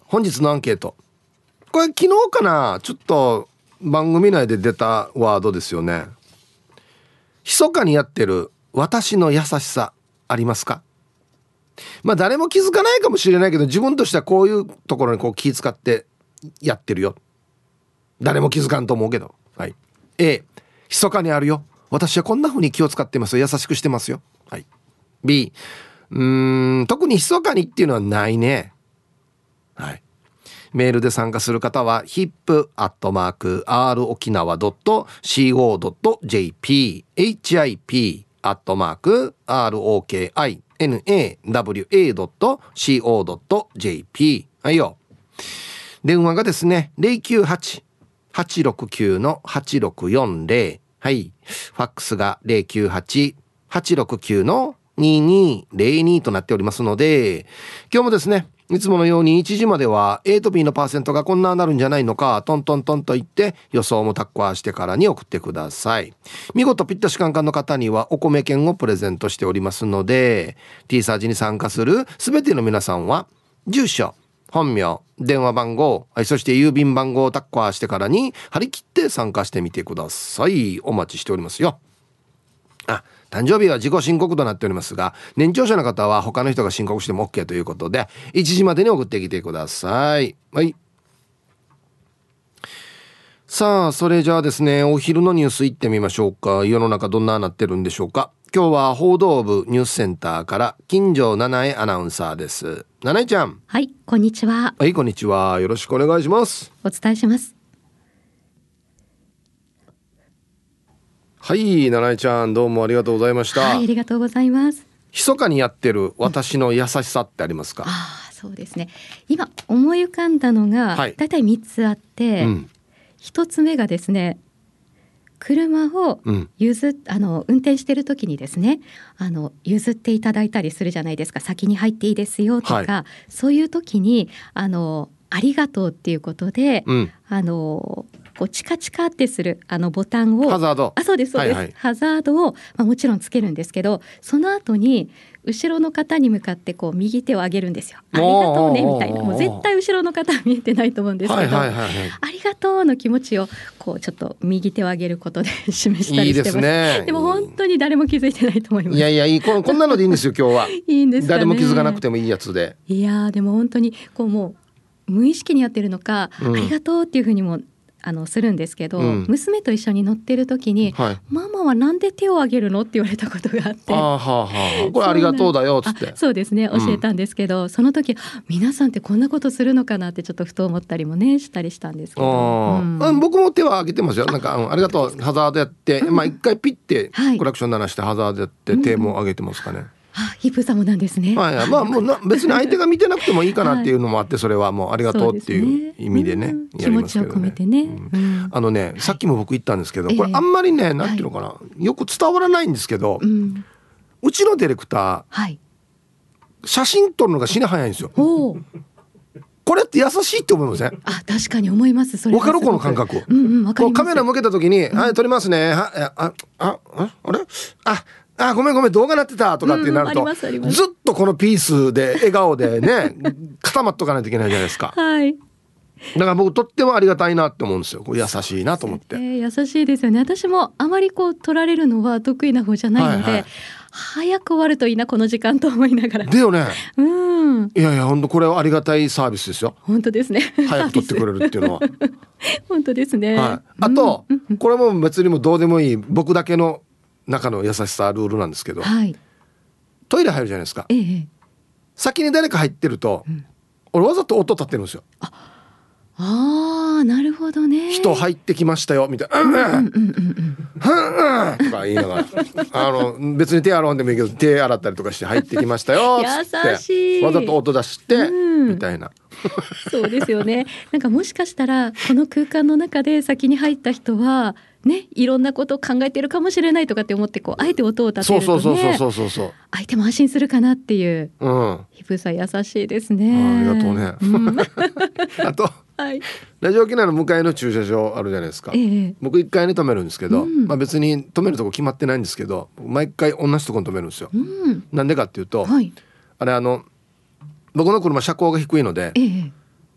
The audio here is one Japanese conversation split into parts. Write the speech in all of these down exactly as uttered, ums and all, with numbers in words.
本日のアンケート、これ昨日かな、ちょっと番組内で出たワードですよね。密かにやってる私の優しさありますか？まあ誰も気づかないかもしれないけど、自分としてはこういうところにこう気遣ってやってるよ。誰も気づかんと思うけど、はい、A、 密かにあるよ、私はこんな風に気を使ってますよ、優しくしてますよ。はい。 B、 うーん特に密かにっていうのはないね。はい。メールで参加する方は ヒップ アットマーク アール 沖縄 ドット シーオー ドット ジェーピー ヒップ アットマーク アール オーケーアイエヌエーダブリューエー ドット シーオー ドット ジェーピー。 はいよ。電話がですね ゼロきゅうはち はちろくきゅう はちろくよんゼロ。はい。ファックスが ゼロきゅうはち はちろくきゅう にーにーゼロに となっておりますので、今日もですね、いつものようにいちじまでは A と B のパーセントがこんななるんじゃないのか、トントントンと言って予想もタッコアしてからに送ってください。見事ピッタシカンカンの方にはお米券をプレゼントしておりますので、 T サージに参加するすべての皆さんは住所、本名、電話番号、はい、そして郵便番号をタッコアしてからに張り切って参加してみてください。お待ちしておりますよ。あ、誕生日は自己申告となっておりますが、年長者の方は他の人が申告しても OK ということで、いちじまでに送ってきてください。はい。さあ、それじゃあですね、お昼のニュース行ってみましょうか。世の中どんななってるんでしょうか。今日は報道部ニュースセンターから金城七重アナウンサーです。七重ちゃん。 はい、こんにちは。 はい、こんにちは。よろしくお願いします。 お伝えします。 はい、七重ちゃん、どうもありがとうございました。 はい、ありがとうございます。 密かにやってる私の優しさってありますか？ うん、ああ、そうですね。今思い浮かんだのが、はい、だいたいみっつあって、うん、ひとつめがですね、車を譲っ、うん、あの運転してる時にですね、あの譲っていただいたりするじゃないですか。先に入っていいですよとか、はい、そういう時にあのありがとうっていうことで、うん、あのこうチカチカってするあのボタンを、 ハザード、 あ、そうですそうです、はいはい、ハザードを、まあ、もちろんつけるんですけど、その後に後ろの方に向かってこう右手を上げるんですよ。ありがとうねみたいな。もう絶対後ろの方は見えてないと思うんですけど、はいはいはいはい、ありがとうの気持ちをこうちょっと右手を上げることで示したりしてます。いいですね。でも本当に誰も気づいてないと思います。 いやいや、いい、このこんなのでいいんですよ今日はいいんですかね。誰も気づかなくてもいいやつで。 いやでも本当にこうもう無意識にやってるのか、うん、ありがとうっていうふうにもあのするんですけど、うん、娘と一緒に乗ってる時に、はい、ママはなんで手を挙げるのって言われたことがあって、あーはーはー、これありがとうだよっつって、そうですね、教えたんですけど、うん、その時皆さんってこんなことするのかなってちょっとふと思ったりもねしたりしたんですけど、うん、僕も手は挙げてますよ。なんか、うん、ありがとうハザードやって、うん、まあ一回ピッてクラクション鳴らしてハザードやって手も挙げてますかね。あ、ヒップさんもなんですね。 はいはい、まあもうな別に相手が見てなくてもいいかなっていうのもあって、それはもうありがとうっていう意味でね、やりますけどね。気持ちを込めてね、うん、あのね、はい、さっきも僕言ったんですけど、これあんまりね、えー、なんていうのかな、はい、よく伝わらないんですけど、うん、うちのディレクター、はい、写真撮るのが死に早いんですよ。おこれって優しいって思いません？ あ、確かに思います。それ分かるこの感覚、 うんうん、分かります。 こうカメラ向けた時に、うん、はい撮りますね、はあああああれああ、ごめんごめん動画なってたとかってなると、うん、ずっとこのピースで笑顔でね固まっとかないといけないじゃないですか。はい。だから僕とってもありがたいなって思うんですよ。これ優しいなと思って、 えー、優しいですよね。私もあまりこう撮られるのは得意な方じゃないので、はいはい、早く終わるといいなこの時間と思いながら。 だよね、うん、いやいや本当これはありがたいサービスですよ。 本当ですね。 早く撮ってくれるっていうのは本当ですね、 はい、あと、うん、これも別にもどうでもいい僕だけの中の優しさルールなんですけど、はい、トイレ入るじゃないですか、ええ、先に誰か入ってると、うん、俺わざと音立ってるんですよ。ああー、なるほどね。 人入ってきましたよみたいな、うんうんうんうんうんとか言いながらあの別に手洗うんでもいいけど手洗ったりとかして入ってきましたよっつって優しい、わざと音出して、うん、みたいなそうですよね。なんかもしかしたらこの空間の中で先に入った人はね、いろんなことを考えてるかもしれないとかって思ってこうあえて音を立てるとね、そうそうそうそうそう、相手も安心するかなっていう、うん、ひぶさん優しいですね。 ありがとうね、うん、あと、はい、ラジオ沖縄の向かいの駐車場あるじゃないですか、ええ、僕いっかいに止めるんですけど、うん、まあ、別に止めるとこ決まってないんですけど毎回同じとこに止めるんですよ、うん、なんでかっていうと、はい、あれあの僕の車車高が低いので、ええ、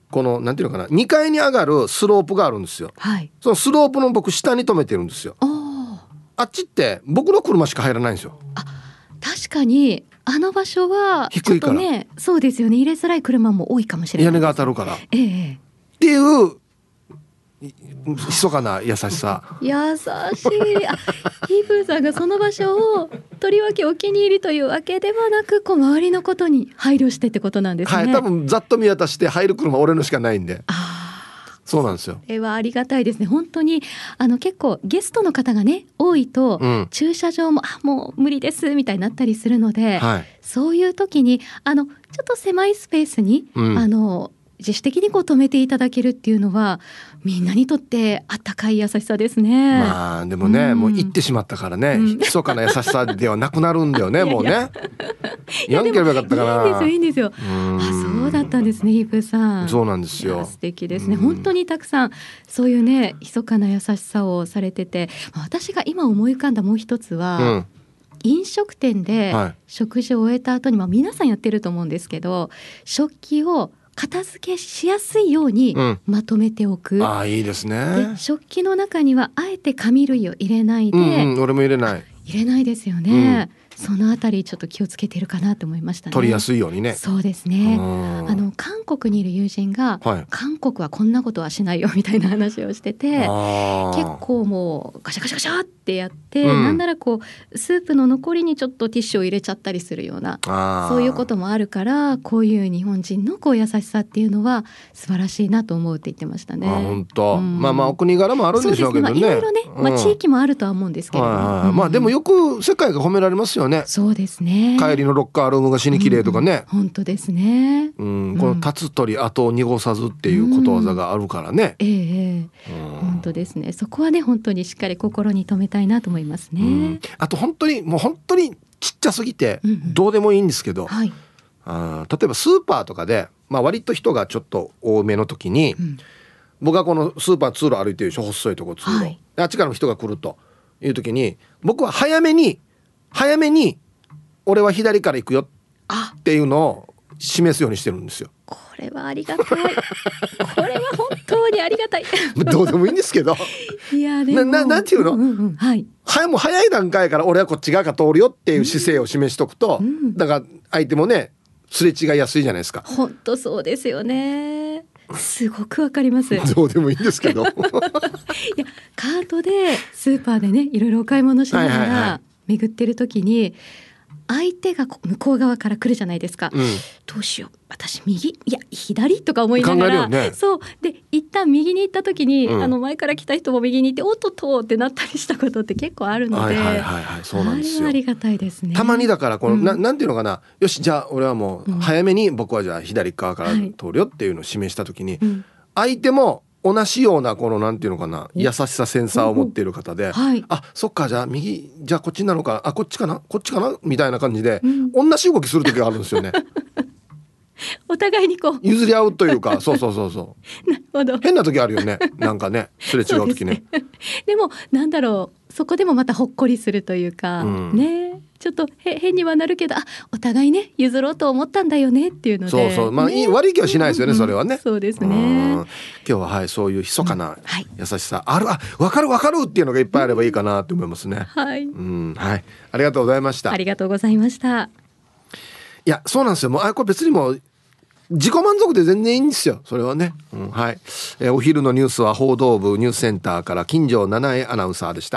このなんていうのかな、にかいに上がるスロープがあるんですよ、 はい、 そのスロープの僕下に止めてるんですよ。あっちって僕の車しか入らないんですよ。 あ、確かにあの場所は低いから、 ね、そうですよね、入れづらい車も多いかもしれない、 屋根が当たるから、 ええ、 っていう密かな優しさ。 優しい。あ、ヒープーさんがその場所をとりわけお気に入りというわけではなく、こう周りのことに配慮してってことなんですね。 はい、多分ざっと見渡して入る車俺のしかないんで。 あ、 そうなんですよ。 それはありがたいですね。本当にあの結構ゲストの方がね多いと、うん、駐車場もあもう無理ですみたいになったりするので、はい、そういう時にあのちょっと狭いスペースに、うん、あの自主的にこう止めていただけるっていうのはみんなにとってあったかい優しさですね。 まあでもね、うん、もう行ってしまったからね、うん、密かな優しさではなくなるんだよね。もうねやんければよかったかな。 いいんですよいいんですよ。あ、そうだったんですね、ヒープーさん。 そうなんですよ。 素敵ですね。本当にたくさんそういうね密かな優しさをされてて、私が今思い浮かんだもう一つは、うん、飲食店で食事を終えた後に、まあ、皆さんやってると思うんですけど、食器を片付けしやすいようにまとめておく、うん、 ああいいですね。 で食器の中にはあえて紙類を入れないで、うんうん、俺も入れない入れないですよね、うん、そのあたりちょっと気をつけてるかなと思いましたね。 取りやすいようにね。 そうですね。あの韓国にいる友人が、はい、韓国はこんなことはしないよみたいな話をしてて、結構もうガシャガシャガシャってやって、うん、なんならこうスープの残りにちょっとティッシュを入れちゃったりするような、そういうこともあるから、こういう日本人のこう優しさっていうのは素晴らしいなと思うって言ってましたね。 あ、本当、うん、まあまあお国柄もあるんでしょうけどね。 いろいろね、まあ、地域もあるとは思うんですけれども、 うん、まあでもよく世界が褒められますよね。 そうですね。 帰りのロッカールームが死に綺麗とかね、 うん、本当ですね、 うん、この立つ鳥後を濁さずっていうことわざがあるからね、 うん、ええ、うん、本当ですね。そこはね本当にしっかり心に留めたいなと思いますね、うん、 あと本当にもう本当にちっちゃすぎてどうでもいいんですけど、うんうん、はい、あ、例えばスーパーとかで、まあ、割と人がちょっと多めの時に、うん、僕はこのスーパー通路歩いてるでしょ、細いとこ通路、はい、あっちからの人が来るという時に僕は早めに早めに俺は左から行くよっていうのを示すようにしてるんですよ。 これはありがたいこれは本当にありがたいどうでもいいんですけどいやでも な, な, なんていうの、うんうんうん、 はい、 はもう早い段階から俺はこっち側から通るよっていう姿勢を示しとくと、うん、だから相手もねすれ違いやすいじゃないですか。 本当そうですよね。すごくわかります。 どうでもいいんですけどいやカートでスーパーでねいろいろお買い物しながら巡ってる時に相手が向こう側から来るじゃないですか、うん、どうしよう私右いや左とか思いながら、ね、そうで一旦右に行った時に、うん、あの前から来た人も右に行っておっとっとってなったりしたことって結構あるので、はいはいはいはい、そうなんですよ。あれはありがたいですね。 たまにだからこの、うん、な, なんていうのかな、よしじゃあ俺はもう早めに僕はじゃあ左側から通るよっていうのを示した時に、はい、相手も同じようなこのなんていうのかな優しさセンサーを持っている方で、はい、あそっかじゃあ右じゃあこっちなのかあこっちかなこっちかなみたいな感じで、うん、同じ動きする時があるんですよねお互いにこう譲り合うというかそうそうそうそうなるほど。 変な時あるよねなんかねすれ違う時ねで, ねでもなんだろうそこでもまたほっこりするというか、うん、ねちょっと変にはなるけどあお互いね譲ろうと思ったんだよねっていうのでそうそうまあ、ね、悪い気はしないですよね、うん、それはね、 そうですね。 今日ははいそういう密かな優しさ、うんはい、あるあ分かる分かるっていうのがいっぱいあればいいかなと思いますね、うん、 はい、 うんはい、ありがとうございました。 ありがとうございました。 いやそうなんですよもうあこれ別にもう自己満足で全然いいんですよそれはね、うんはいえー、お昼のニュースは報道部ニュースセンターから金城七重アナウンサーでした。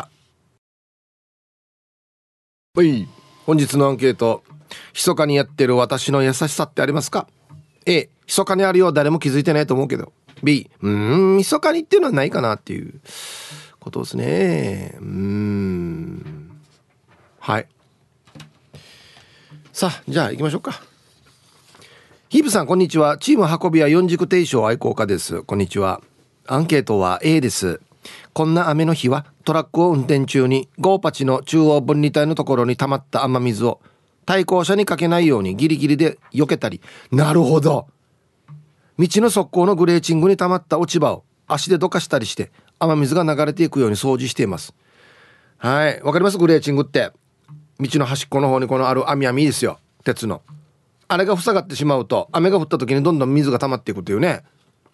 はい、本日のアンケート、密かにやってる私の優しさってありますか？ A、密かにあるよう誰も気づいてないと思うけど。 B、うーん密かにっていうのはないかなっていうことですね。うーんはいさあじゃあ行きましょうか。ヒープさんこんにちは。チーム運び屋四軸定称愛好家です。こんにちは。アンケートは A です。こんな雨の日はトラックを運転中にゴーパチの中央分離帯のところに溜まった雨水を対向車にかけないようにギリギリで避けたり。なるほど。道の側溝のグレーチングに溜まった落ち葉を足でどかしたりして雨水が流れていくように掃除しています。はい、わかります？グレーチングって道の端っこの方にこのある網網ですよ、鉄のあれが塞がってしまうと雨が降った時にどんどん水が溜まっていくというね。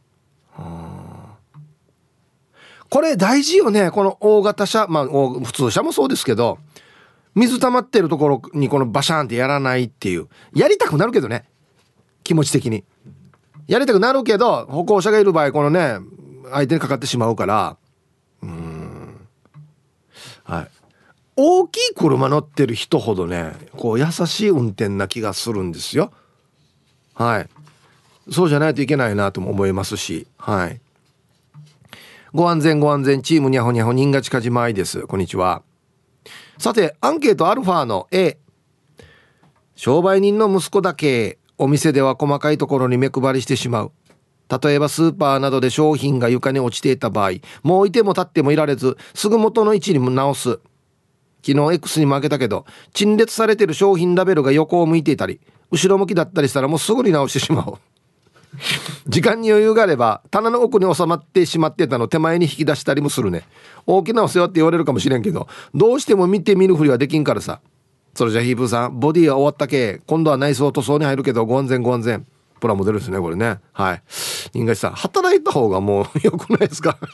これ大事よね。この大型車、まあ普通車もそうですけど、水溜まってるところにこのバシャンってやらないっていう。やりたくなるけどね、気持ち的にやりたくなるけど、歩行者がいる場合このね相手にかかってしまうから、うーん、はい、大きい車乗ってる人ほどねこう優しい運転な気がするんですよ。はい、そうじゃないといけないなとも思いますし、はい。ご安全ご安全、チームにゃほにゃほ、新賀近島愛です。こんにちは。さてアンケートアルファの A、 商売人の息子だけお店では細かいところに目配りしてしまう。例えばスーパーなどで商品が床に落ちていた場合、もういても立ってもいられずすぐ元の位置に直す。昨日 X にも開けたけど、陳列されている商品ラベルが横を向いていたり後ろ向きだったりしたらもうすぐに直してしまう。時間に余裕があれば棚の奥に収まってしまってたの手前に引き出したりもするね。大きなお世話って言われるかもしれんけど、どうしても見て見ぬふりはできんからさ。それじゃヒープーさん、ボディは終わったけ、今度は内装塗装に入るけどご安全ご安全。プラモデルですねこれね。はい、新垣さん、働いた方がもう良くないですか。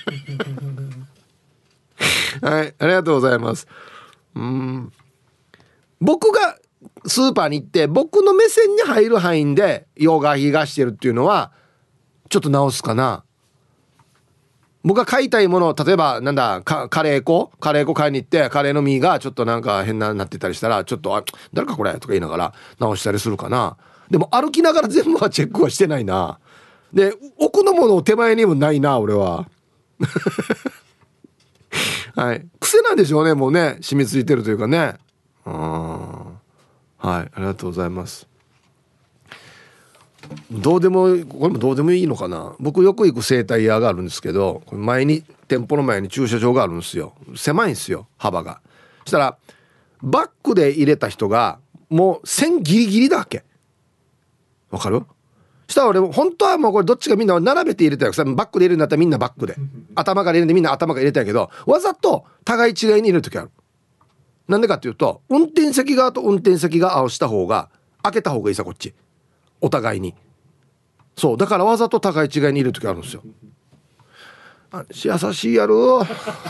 はい、ありがとうございます。うーん、僕がスーパーに行って僕の目線に入る範囲で用が火がしてるっていうのはちょっと直すかな。僕が買いたいもの、例えばなんだカレー粉カレー粉買いに行ってカレーの実がちょっとなんか変ななってたりしたら、ちょっとあ誰かこれとか言いながら直したりするかな。でも歩きながら全部はチェックはしてないな。で奥のものを手前にもないな俺は。はい、癖なんでしょうね、もうね染みついてるというかね。うーん、はい、ありがとうございます。どうでもこれもどうでもいいのかな。僕よく行く整体屋があるんですけど、これ前に店舗の前に駐車場があるんですよ。狭いんですよ幅が。そしたらバックで入れた人がもう線ギリギリだっけ、わかる？したら俺本当はもうこれどっちがみんな並べて入れたよ。バックで入れるんだったらみんなバックで、頭から入れるんでみんな頭から入れたいけど、わざと互い違いに入れる時ある。なんでかっていうと、運転席側と運転席側合わせた方が開けた方がいいさ、こっちお互いに。そうだからわざと互い違いに入れる時あるんですよ。あ、優しいやろ。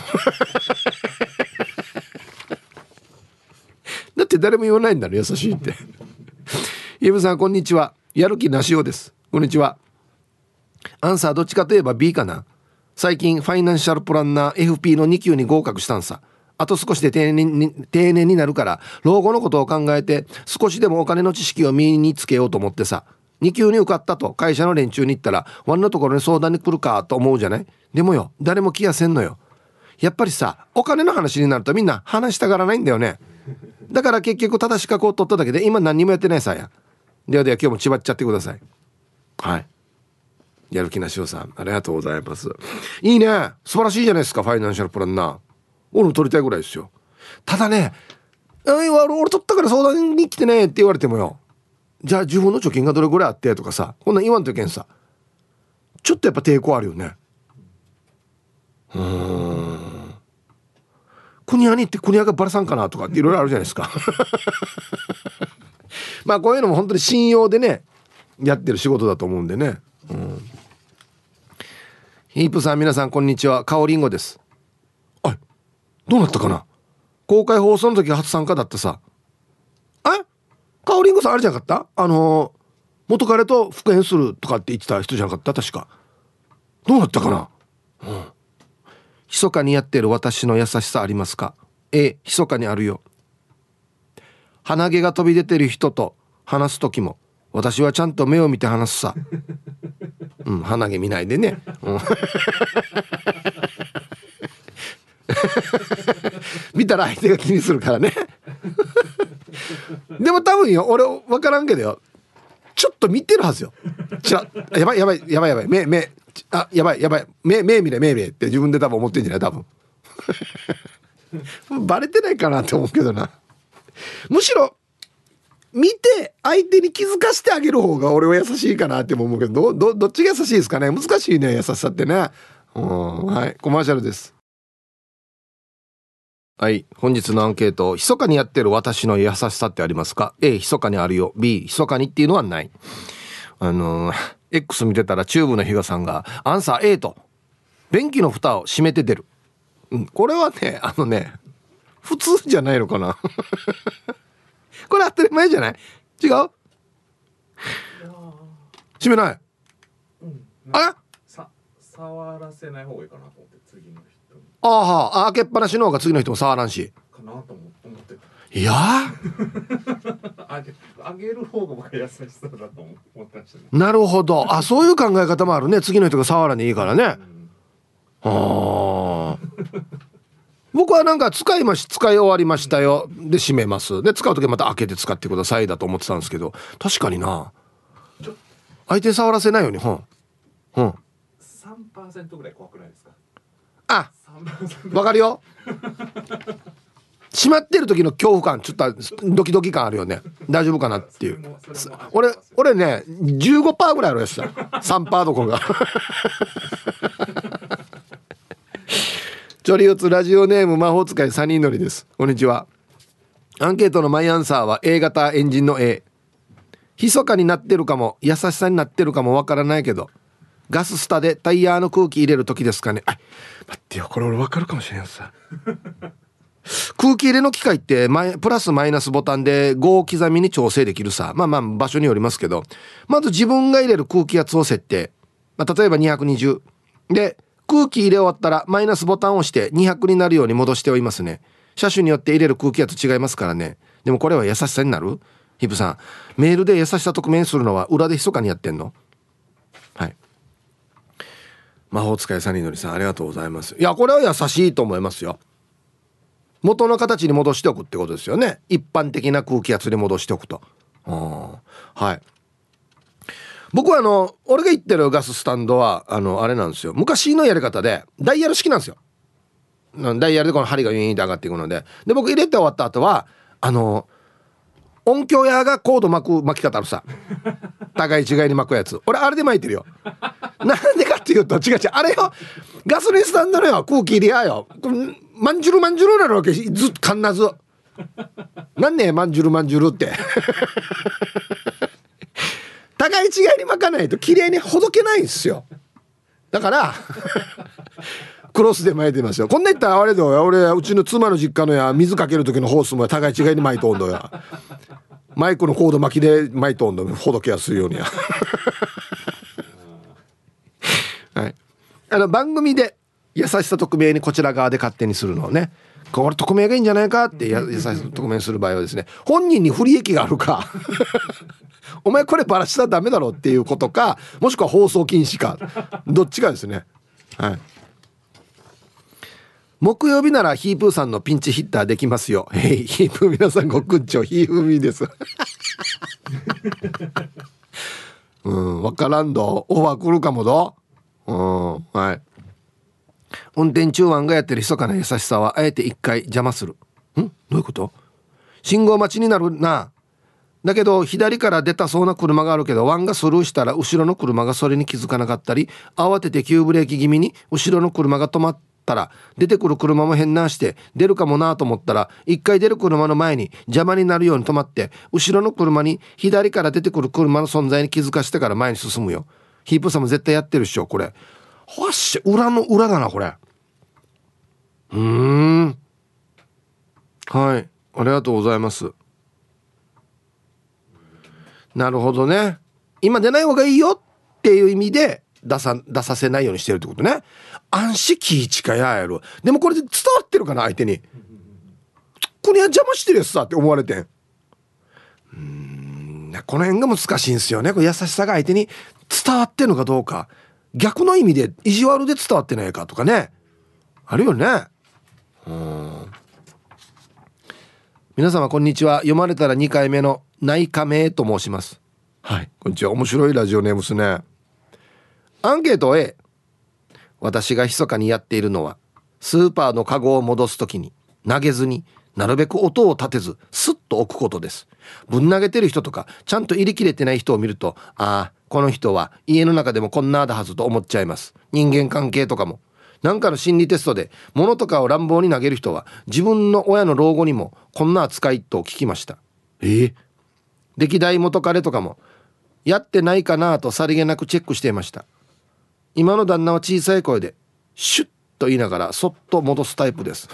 だって誰も言わないんだろ優しいって。イブさんこんにちは、やる気なしおです。こんにちは。アンサーどっちかといえば B かな。最近ファイナンシャルプランナー エフピー のに級に合格したんさ。あと少しで定年に定年になるから老後のことを考えて少しでもお金の知識を身につけようと思ってさ、に級に受かったと会社の連中に言ったらワンのところに相談に来るかと思うじゃない。でもよ誰も来やせんのよ。やっぱりさお金の話になるとみんな話したがらないんだよね。だから結局正しかこう取っただけで今何にもやってないさや。ではでは今日もちばっちゃってください。はい、やる気なしおさんありがとうございます。いいね、素晴らしいじゃないですかファイナンシャルプランナー。俺も取りたいぐらいですよ。ただね、俺取ったから相談に来てねって言われてもよ、じゃあ自分の貯金がどれぐらいあってとかさ、こんなん言わんといけんさ、ちょっとやっぱ抵抗あるよね。うーん、国屋に行って国屋がバラさんかなとかっていろいろあるじゃないですか。まあこういうのも本当に信用でねやってる仕事だと思うんでね、うん、ヒープさん皆さんこんにちは、かおりんごです。あれどうなったかな。公開放送の時初参加だったさ。あれかおりんごさんあれじゃなかった、あのー、元彼と復縁するとかって言ってた人じゃなかった確か。どうなったかな。うん、密かにやってる私の優しさありますか。A、密かにあるよ。鼻毛が飛び出てる人と話す時も私はちゃんと目を見て話すさ。うん、鼻毛見ないでね、うん、見たら相手が気にするからね。でも多分よ俺分からんけどよ、ちょっと見てるはずよ。ちらやばいやばいやばいやばい目目あやばいやばい目目見れ目見れって自分で多分思ってんじゃない多分。バレてないかなって思うけどな。むしろ見て相手に気づかせてあげる方が俺は優しいかなって思うけど、どどどっちが優しいですかね。難しいね優しさってね。うん、はい、コマーシャルです。はい、本日のアンケート、密かにやってる私の優しさってありますか。 A、密かにあるよ。 B、密かにっていうのはない。あのー、X 見てたらチューブの比嘉さんがアンサー A と便器の蓋を閉めて出る、うん、これはねあのね普通じゃないのかなこれ当たり前じゃない？違う？閉めない、 うん、 あさ触らせない方がいいかなと思って、次の人に。 ああはあ、開けっぱなしの方が次の人も触らんしかなと思ってた。 いやあげ、あげる方が僕は優しさだと思ってましたね。 なるほど、あ、そういう考え方もあるね。次の人が触らんでいいからね、うん、あ僕はなんか使いまし使い終わりましたよで閉めます。で使う時はまた開けて使ってくださいだと思ってたんですけど、確かにな、相手触らせないように、うんうん、 さんパーセント ぐらい怖くないですか？ あ、わかるよ閉まってる時の恐怖感、ちょっとドキドキ感あるよね。大丈夫かなっていう。俺俺ね じゅうごパーセント ぐらいあるやつだ。さんパーセント どころがチョリオツラジオネーム魔法使いサニーノリです。こんにちは。アンケートのマイアンサーは A 型エンジンの A。 密かになってるかも優しさになってるかもわからないけど、ガススタでタイヤの空気入れる時ですかね。あ、待ってよ、これ俺わかるかもしれんさ空気入れの機械ってマイプラスマイナスボタンでご刻みに調整できるさ。まあまあ場所によりますけど、まず自分が入れる空気圧を設定、まあ、例えばにひゃくにじゅうで空気入れ終わったらマイナスボタンを押してにひゃくになるように戻しておりますね。車種によって入れる空気圧違いますからね。でもこれは優しさになる？ヒプさん、メールで優しさ匿名するのは裏で密かにやってんの？はい、魔法使いサニーのりさん、ありがとうございます。いや、これは優しいと思いますよ。元の形に戻しておくってことですよね。一般的な空気圧に戻しておくと。あ、はい。僕はあの俺が言ってるガススタンドはあのあれなんですよ。昔のやり方でダイヤル式なんですよ。ダイヤルでこの針がウィーンって上がっていくので、で僕入れて終わった後はあの音響屋がコード巻く巻き方あるさ。互い違いに巻くやつ。俺あれで巻いてるよ。なんでかっていうと、違う違う、あれよ、ガソリンスタンドのよ、空気入れやよ、まんじゅるまんじゅるなるわけ、ずっとかんなずなんねえまんじゅるまんじゅるって互い違いに巻かないと綺麗にほどけないんですよ。だからクロスで巻いてますよ。こんな言ったらあれだよ、俺うちの妻の実家のや水かける時のホースも互い違いに巻いとんどや。マイクのコード巻きで巻いとんどほどけやすいようにやはい、あの番組で優しさ匿名にこちら側で勝手にするのをね、これ匿名がいいんじゃないかってや優しさ匿名にする場合はですね、本人に不利益があるかお前これバラしたらダメだろっていうことか、もしくは放送禁止か、どっちかですね。はい。木曜日ならヒープーさんのピンチヒッターできますよ。へい、ヒープー皆さんごくんちょ、ヒーフーミーですうんわからんど、オファー来るかもど。うん、はい。運転中腕がやってる密かな優しさはあえて一回邪魔する。んどういうこと？信号待ちになるな。だけど左から出たそうな車があるけど、ワンがスルーしたら後ろの車がそれに気づかなかったり、慌てて急ブレーキ気味に後ろの車が止まったら、出てくる車も変なして出るかもなと思ったら、一回出る車の前に邪魔になるように止まって、後ろの車に左から出てくる車の存在に気づかしてから前に進むよ。ヒープさんも絶対やってるっしょこれ。はっし裏の裏だなこれ。うーん、はい、ありがとうございます。なるほどね。今出ない方がいいよっていう意味で出さ、出させないようにしてるってことね。安心気近ややろ。でもこれで伝わってるかな相手に。これは邪魔してるやつさって思われてん。うーん、この辺が難しいんですよね。これ優しさが相手に伝わってるのかどうか。逆の意味で意地悪で伝わってないかとかね。あるよね。うーん。皆様こんにちは。読まれたらにかいめの内科名と申します。はい、こんにちは。面白いラジオネームですね。アンケート A。 私が密かにやっているのは、スーパーのカゴを戻すときに投げずになるべく音を立てずスッと置くことです。ぶん投げてる人とかちゃんと入れきれてない人を見ると、ああこの人は家の中でもこんなだはずと思っちゃいます。人間関係とかもなんかの心理テストで物とかを乱暴に投げる人は自分の親の老後にもこんな扱いと聞きました。えー、歴代元彼とかもやってないかなとさりげなくチェックしていました。今の旦那は小さい声でシュッと言いながらそっと戻すタイプです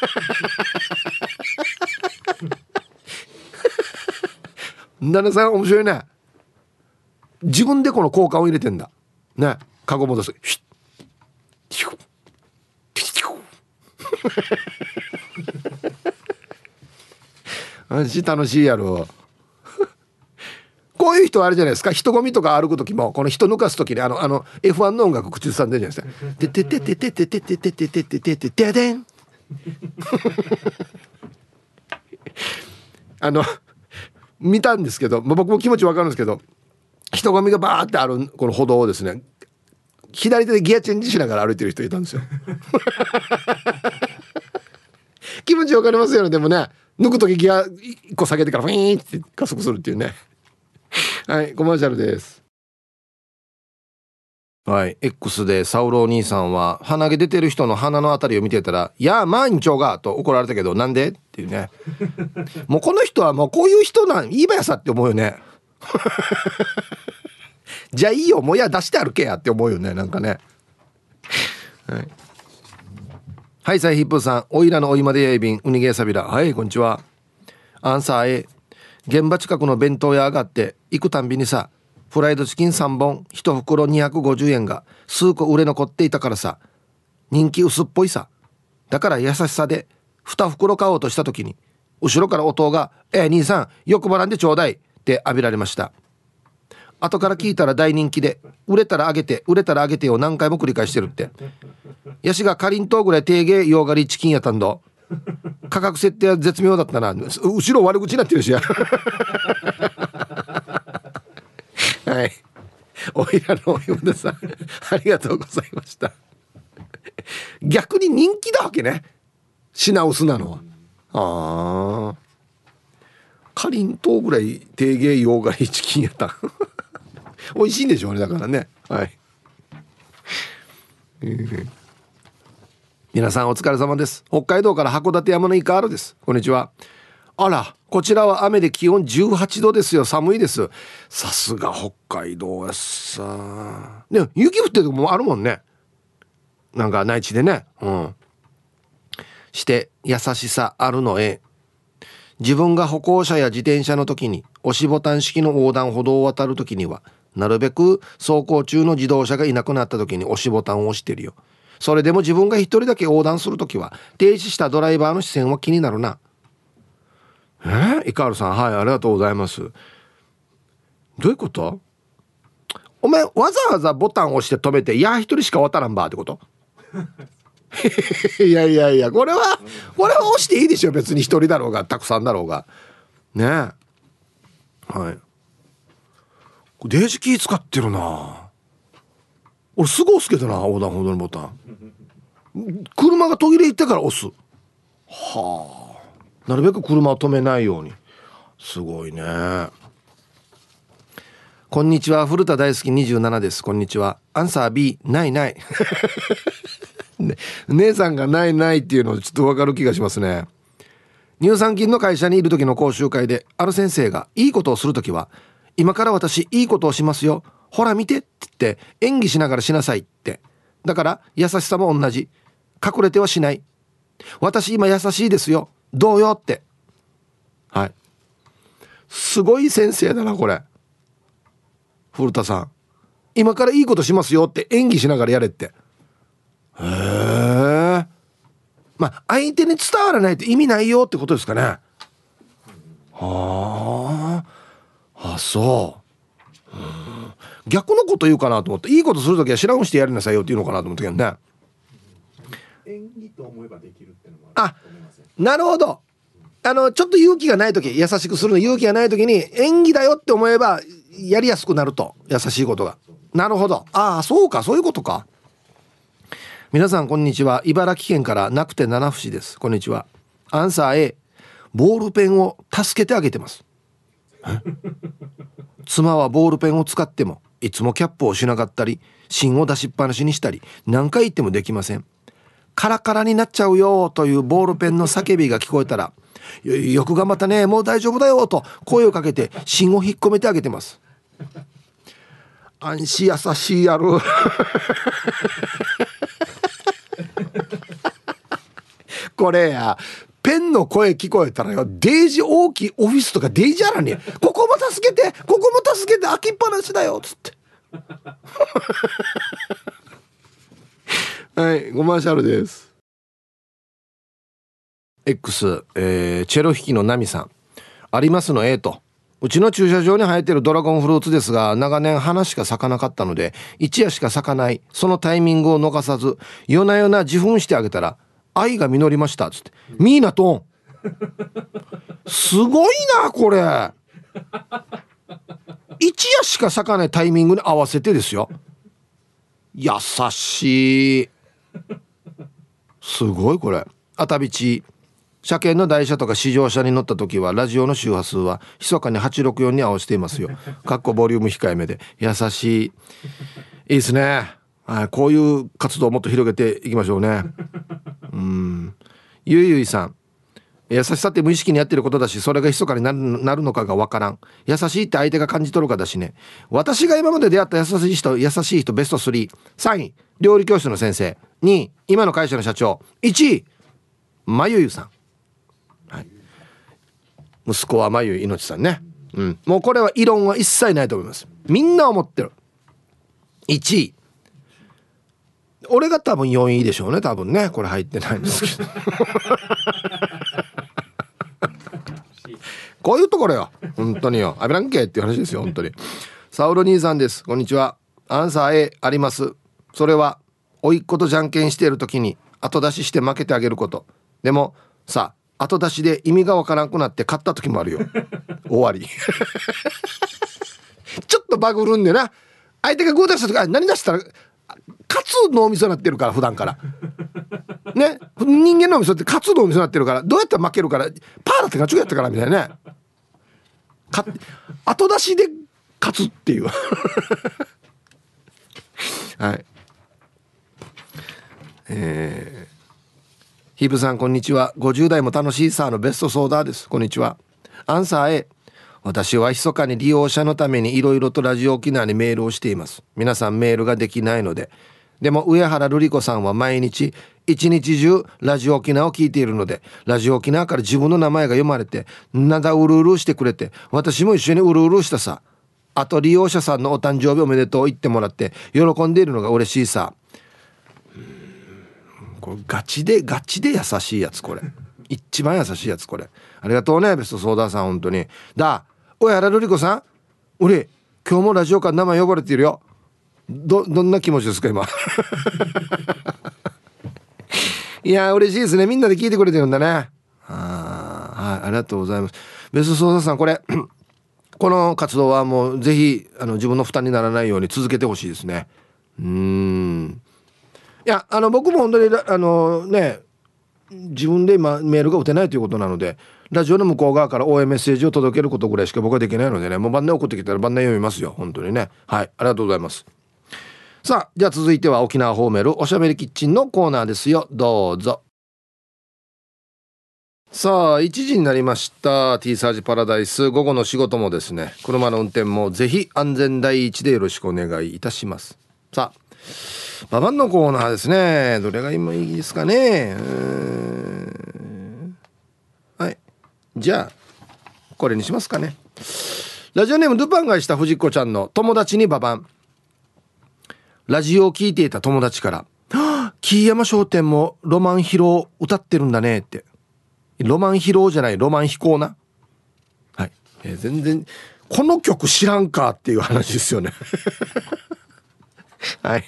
旦那さん面白いね。自分でこの交換を入れてんだね。カゴ戻す、ヒュッマジ楽しいやろこういう人はあれじゃないですか、人混みとか歩く時もこの人抜かす時にあのあの エフワン の音楽口ずさんでるじゃないですか。てててててててててててててててでんあの見たんですけど、僕も気持ちわかるんですけど、人混みがバーってあるこの歩道をですね、左手でギアチェンジしながら歩いてる人いたんですよ気持ちわかりますよね。でもね、抜く時ギアいっこ下げてからフィーンって加速するっていうねはい、コマーシャルです。はい、 X でサウロお兄さんは鼻毛出てる人の鼻のあたりを見てたら、いやまあ院長がと怒られたけどなんでっていうねもうこの人はもうこういう人なんいいばやさって思うよねじゃあいいよ、もういや出して歩けやって思うよね、なんかね。はい、はい、サイヒップさん、おいらのおいまでやいびんウニゲーサビラ、はいこんにちは。アンサー A、 現場近くの弁当屋上がって行くたんびにさ、フライドチキンさんぼんいち袋にひゃくごじゅうえんが数個売れ残っていたからさ、人気薄っぽいさ。だから優しさでに袋買おうとした時に後ろから弟がえー、兄さん欲張らんでちょうだいって浴びられました。後から聞いたら大人気で、売れたらあげて売れたらあげてを何回も繰り返してるって。ヤシがかりんとうぐらい低芸ヨーガリチキンやったんだ。価格設定は絶妙だったな。後ろ悪口になってるしやはい、おいらのおよださんありがとうございました。逆に人気だわけね、品薄なのは。ああ、かりんとうぐらい低芸ヨーガリチキンやった美味しいんでしょうね、だからね。はい、えー、皆さんお疲れ様です。北海道から函館山のイカールです。こんにちは。あら、こちらは雨で気温じゅうはちどですよ。寒いです。さすが北海道やさ。ね、雪降ってるとこもあるもんね、なんか内地でね。うんして優しさあるのえ。自分が歩行者や自転車の時に押しボタン式の横断歩道を渡る時にはなるべく走行中の自動車がいなくなった時に押しボタンを押してるよ。それでも自分が一人だけ横断する時は停止したドライバーの視線は気になるな。えー、イカールさん、はい、ありがとうございます。どういうこと？お前わざわざボタンを押して止めて、いや一人しか渡らんばってこといやいやいや、これはこれは押していいでしょ、別に一人だろうがたくさんだろうがねえ。はい、デージキー使ってるな。俺すぐ押すけどな、横断歩道のボタン。車が途切れ行ってから押す。はあ、なるべく車を止めないように。すごいね。こんにちは、古田大好きにじゅうななです。こんにちは。アンサー B、 ないないね、姉さんがないないっていうのちょっと分かる気がしますね。乳酸菌の会社にいる時の講習会で、ある先生がいいことをするときは、今から私いいことをしますよ、ほら見てって言って演技しながらしなさいって。だから優しさも同じ、隠れてはしない。私今優しいですよ、どうよって。はい、すごい先生だなこれ。古田さん、今からいいことしますよって演技しながらやれって。へえ、まあ相手に伝わらないと意味ないよってことですかね。はあ、あ、そう、うん、逆のこと言うかなと思って、いいことするときは知らんしてやりなさいよって言うのかなと思ったけどね。 演技と思えばできるってのもあると思いますよ。 あ、なるほど。あのちょっと勇気がないとき、優しくするの勇気がないときに演技だよって思えばやりやすくなると、優しいことが。なるほど。ああ、そうか、そういうことか。皆さんこんにちは。茨城県からなくて七節です。こんにちは。アンサー A、 ボールペンを助けてあげてます。妻はボールペンを使ってもいつもキャップをしなかったり、芯を出しっぱなしにしたり、何回言ってもできません。カラカラになっちゃうよというボールペンの叫びが聞こえたら、よ, よく頑張ったね、もう大丈夫だよと声をかけて芯を引っ込めてあげてます。安心優しいやるこれやペンの声聞こえたらよ、デイジ大きいオフィスとかデイジあらにここも助けてここも助けて開きっぱなしだよつってはいコマーシャルです。 X、えー、チェロ弾きのナミさん、ありますの A と、うちの駐車場に生えてるドラゴンフルーツですが長年花しか咲かなかったので一夜しか咲かないそのタイミングを逃さず夜な夜な受粉してあげたら愛が実りましたつって、ミーナトンすごいなこれ一夜しか咲かないタイミングに合わせてですよ。優しい、すごいこれ。あたびち、車検の台車とか試乗車に乗った時はラジオの周波数は密かにはちろくよんに合わせていますよ。かっこボリューム控えめで優しい。いいですね、はい、こういう活動をもっと広げていきましょうね。うん、ゆいゆいさん、優しさって無意識にやってることだしそれが密かになる、なるのかがわからん。優しいって相手が感じ取るかだしね。私が今まで出会った優しい人優しい人ベストスリー、さんい料理教室の先生、にい今の会社の社長、いちいまゆゆさん、はい、息子はまゆいのちさんね、うん、もうこれは異論は一切ないと思います。みんな思ってる。いちい俺が多分よんいでしょうね多分ね、これ入ってないんですけどこういうところよ本当によ、アビランケっていう話ですよ本当に。サウロ兄さんです、こんにちは。アンサー A あります。それは甥っ子とじゃんけんしている時に後出しして負けてあげること。でもさ後出しで意味がわからなくなって勝った時もあるよ終わりちょっとバグるんでな、相手がグー出した時あ何出したら勝つ脳みそになってるから普段からね、人間脳みそって勝つ脳みそになってるからどうやったら負けるからパーだって勝ちやったからみたいなね、か後出しで勝つっていうはい、えー、ヒープさんこんにちは。ごじゅう代も楽しいさーのベストソーダです。こんにちは。アンサー A、 私は密かに利用者のためにいろいろとラジオ沖縄にメールをしています。皆さんメールができないので。でも上原瑠璃子さんは毎日一日中ラジオ沖縄を聞いているので、ラジオ沖縄から自分の名前が読まれてなだうるうるしてくれて、私も一緒にうるうるしたさ。あと利用者さんのお誕生日おめでとう言ってもらって喜んでいるのが嬉しいさ。これガチでガチで優しいやつ、これ一番優しいやつ、これありがとうねベストソーダさん本当に。だおやらるりこさん、俺今日もラジオから名前呼ばれているよ。どどんな気持ちですか今いや嬉しいですね、みんなで聞いてくれてるんだね。あ、はい、ありがとうございますベストソーダさん。これこの活動はもうぜひあの自分の負担にならないように続けてほしいですね。うーん、いやあの僕も本当にあのね自分で今メールが打てないということなのでラジオの向こう側から応援メッセージを届けることぐらいしか僕はできないのでね、もう晩年送ってきたら晩年読みますよ本当にね。はい、ありがとうございます。さあじゃあ続いては沖縄ホーメルおしゃべりキッチンのコーナーですよ、どうぞ。さあいちじになりました。 T サージパラダイス、午後の仕事もですね車の運転もぜひ安全第一でよろしくお願いいたします。さあババンのコーナーですね、どれが今いいですかね。うーん、はい、じゃあこれにしますかね。ラジオネームドゥパンがした藤子ちゃんの友達にババン。ラジオを聞いていた友達から、はあ、木山商店もロマンヒロ歌ってるんだねって。ロマンヒロじゃない、ロマン飛行な。はい、えー、全然この曲知らんかっていう話ですよねはい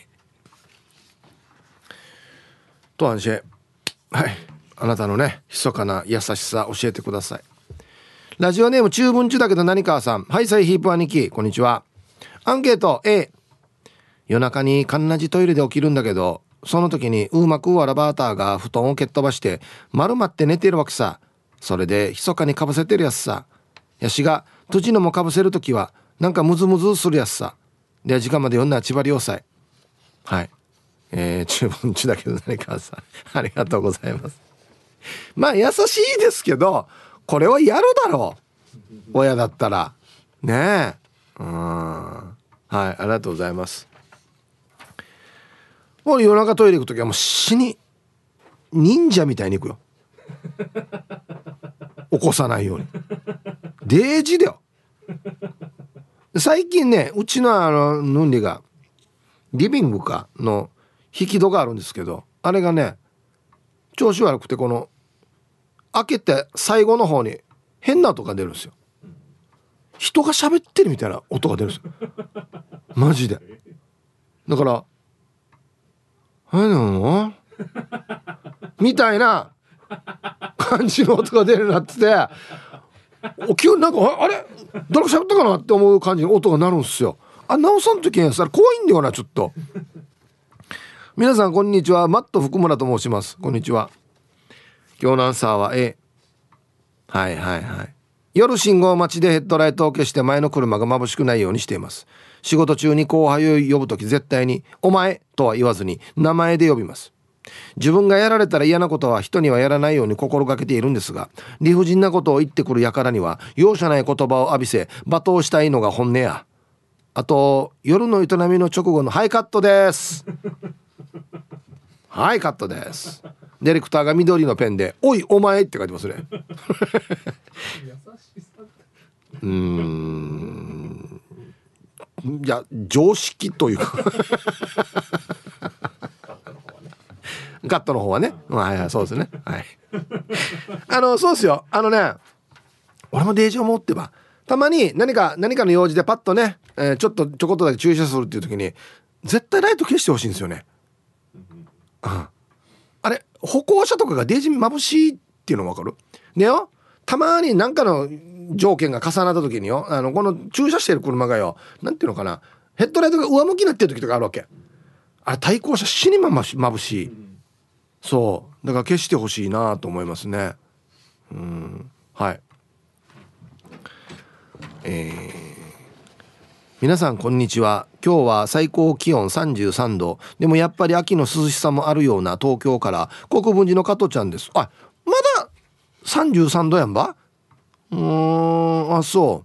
と安心。はい、あなたのね密かな優しさ教えてください。ラジオネーム中文中だけど何川さん、はいサイヒープ兄貴こんにちは。アンケート A、 夜中にカンナジトイレで起きるんだけどその時にうまくわらバーターが布団を蹴っ飛ばして丸まって寝てるわけさ。それで密かにかぶせてるやつさ。やしが土地のもかぶせる時はなんかムズムズするやつさ。で時間まで読んだら千葉りょうさい。はい、えー、中文中だけど何かさんありがとうございます。まあ優しいですけどこれはやるだろう親だったらねえ。うん、はい、ありがとうございます。もう夜中トイレ行くときはもう死に忍者みたいに行くよ。 起こさないように。デージだよ。最近ね、うちのあのヌンリがリビングかの引き戸があるんですけど、あれがね調子悪くて、この開けて最後の方に変な音が出るんですよ。人が喋ってるみたいな音が出るんですよ、マジで。だから「はいなの?」みたいな感じの音が出るなってて、急になんかあれ誰か喋ったかなって思う感じの音が鳴るんですよ。あ、直さんときにさ怖いんだよな、ちょっと。皆さんこんにちは、マット福村と申します。こんにちは。今日のアンサーは A。 はいはいはい。夜信号待ちでヘッドライトを消して前の車が眩しくないようにしています。仕事中に後輩を呼ぶとき絶対にお前とは言わずに名前で呼びます。自分がやられたら嫌なことは人にはやらないように心がけているんですが、理不尽なことを言ってくる輩には容赦ない言葉を浴びせ罵倒したいのが本音や。あと夜の営みの直後のはいカットですはいカットです。ディレクターが緑のペンでおいお前って書いてますねうーん、いや常識というかカットの方はね、はいはい、そうですね、はい。あのそうですよ、あのね、俺もデージ思ってばたまに何か何かの用事でパッとね、えー、ちょっとちょこっとだけ駐車するっていう時に絶対ライト消してほしいんですよね、うん、あれ歩行者とかがデージ眩しいっていうの分かるねよ。たまに何かの条件が重なった時によ、あのこの駐車してる車がよ、なんていうのかな、ヘッドライトが上向きになってる時とかあるわけ。あれ対向車死にままし眩しい。そうだから消してほしいなと思いますね。うん、はい。えー、皆さんこんにちは。今日は最高気温さんじゅうさんどでもやっぱり秋の涼しさもあるような東京から国分寺の加トちゃんです。あ、まださんじゅうさんどやんば。うーん、あ、そう。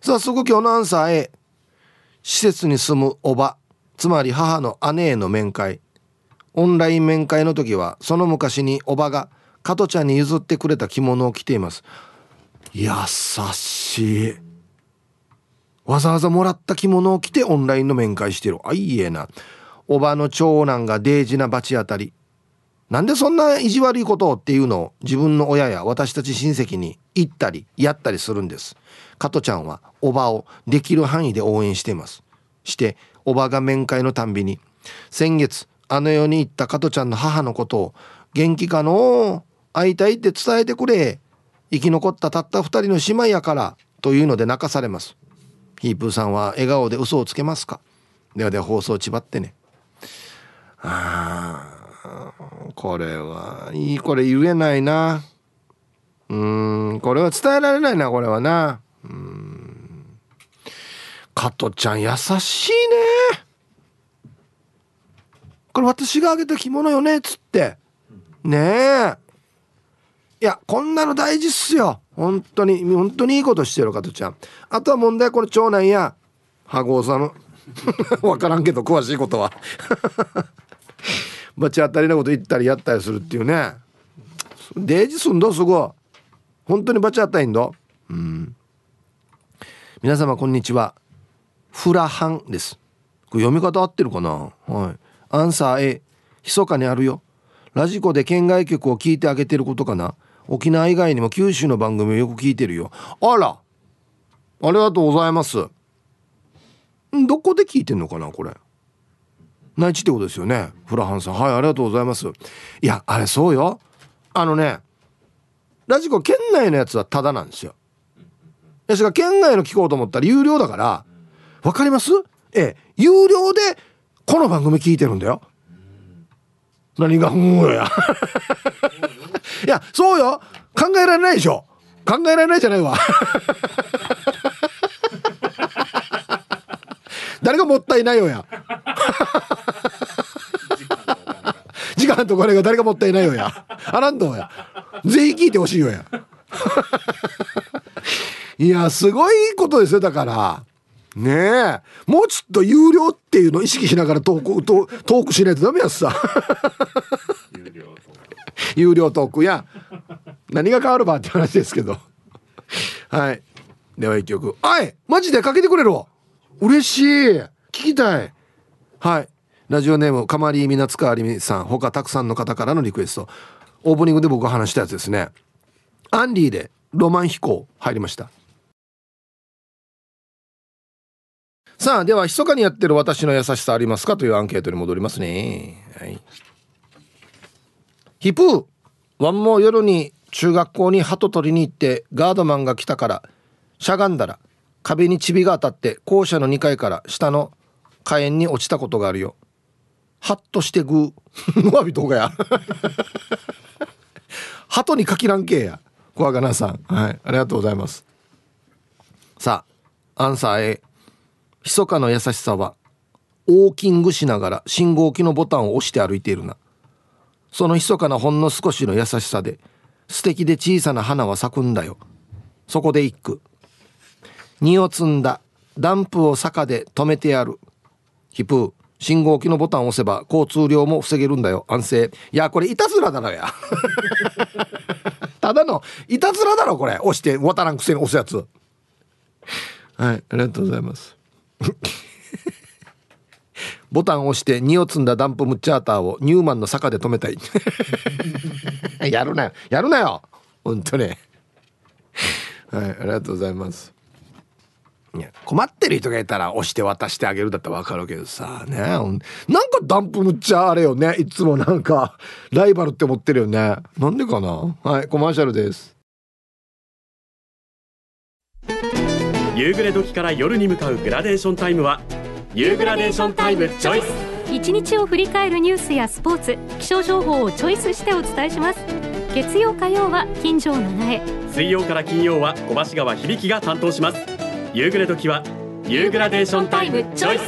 早速今日のアンサー A。 施設に住むおば、つまり母の姉への面会。オンライン面会の時はその昔におばが加トちゃんに譲ってくれた着物を着ています。優しい。わざわざもらった着物を着てオンラインの面会してる。あ、いいえな。おばの長男がデージな罰当たり。なんでそんな意地悪いことをっていうのを自分の親や私たち親戚に言ったりやったりするんです。加トちゃんはおばをできる範囲で応援しています。しておばが面会のたんびに先月あの世に行った加トちゃんの母のことを元気かの会いたいって伝えてくれ、生き残ったたった二人の姉妹やからというので泣かされます。ヒープーさんは笑顔で嘘をつけますか？ではでは放送ちばってね。あー、これはいい、これ言えないな。うーん、これは伝えられないな、これはな。うーん、加トちゃん優しいね。これ私があげた着物よねっつってねえ、いやこんなの大事っすよ、本当に本当にいいことしてる加トちゃん。あとは問題はこの長男や羽子さんの分からんけど詳しいことはバチ当たりなこと言ったりやったりするっていうね。デージすんどすごい、本当にバチ当たりんど。うん、皆様こんにちは。フラハンです。これ読み方合ってるかな。はい。アンサー A。 密かにあるよ。ラジコで県外局を聞いてあげてることかな。沖縄以外にも九州の番組をよく聞いてるよ。あら、ありがとうございます。どこで聞いてんのかなこれ。内地ってことですよね。フラハンさん、はい、ありがとうございます。いやあれそうよ、あのねラジコ県内のやつはタダなんですよ。ですが県外の聞こうと思ったら有料だから、わかります？ええ、有料でこの番組聞いてるんだよ。何がもうやいやそうよ、考えられないでしょ。考えられないじゃないわ誰がもったいないよや時間とこれが誰がもったいないよや、あらんどうや、ぜひ聞いてほしいよやいやすごいことですよ。だからねえ、もうちょっと有料っていうのを意識しながらトーク、トークしないとダメやつさ有料トークや何が変わるばって話ですけどはい、では一曲、あいマジでかけてくれるわ、嬉しい、聞きたい。はい、ラジオネームかまりみなつかありみさん、他たくさんの方からのリクエスト。オープニングで僕が話したやつですね。アンリーでロマン飛行入りました。さあ、では密かにやってる私の優しさありますかというアンケートに戻りますね。はい、ヒプーワンも夜に中学校に鳩取りに行ってガードマンが来たからしゃがんだら壁にチビが当たって校舎のにかいから下の火炎に落ちたことがあるよ。ハッとしてグーわびとがや鳩にかきらんけや小がなさん、はい、ありがとうございます。さあアンサー A、 密かの優しさはウォーキングしながら信号機のボタンを押して歩いているな。その密かなほんの少しの優しさで素敵で小さな花は咲くんだよ。そこで一句、荷を積んだダンプを坂で止めてやる。ヒプー信号機のボタンを押せば交通量も防げるんだよ。安静。いやこれいたずらだろやただのいたずらだろこれ、押して渡らんくせに押すやつ。はい、ありがとうございますボタンを押して荷を積んだダンプムッチャーターをニューマンの坂で止めたいやるなよやるなよ本当にはい、ありがとうございます。いや困ってる人がいたら押して渡してあげるだったら分かるけどさね、なんかダンプむっちゃあれよね、いつもなんかライバルって思ってるよね、なんでかな。はい、コマーシャルです。 夕暮れ時から夜に向かうグラデーションタイムは夕グラデーションタイムチョイス。 一日を振り返るニュースやスポーツ、気象情報をチョイスしてお伝えします。月曜火曜は金城七重、 水曜から金曜は小橋川響が担当します。夕暮れ時は夕グラデーションタイムチョイス。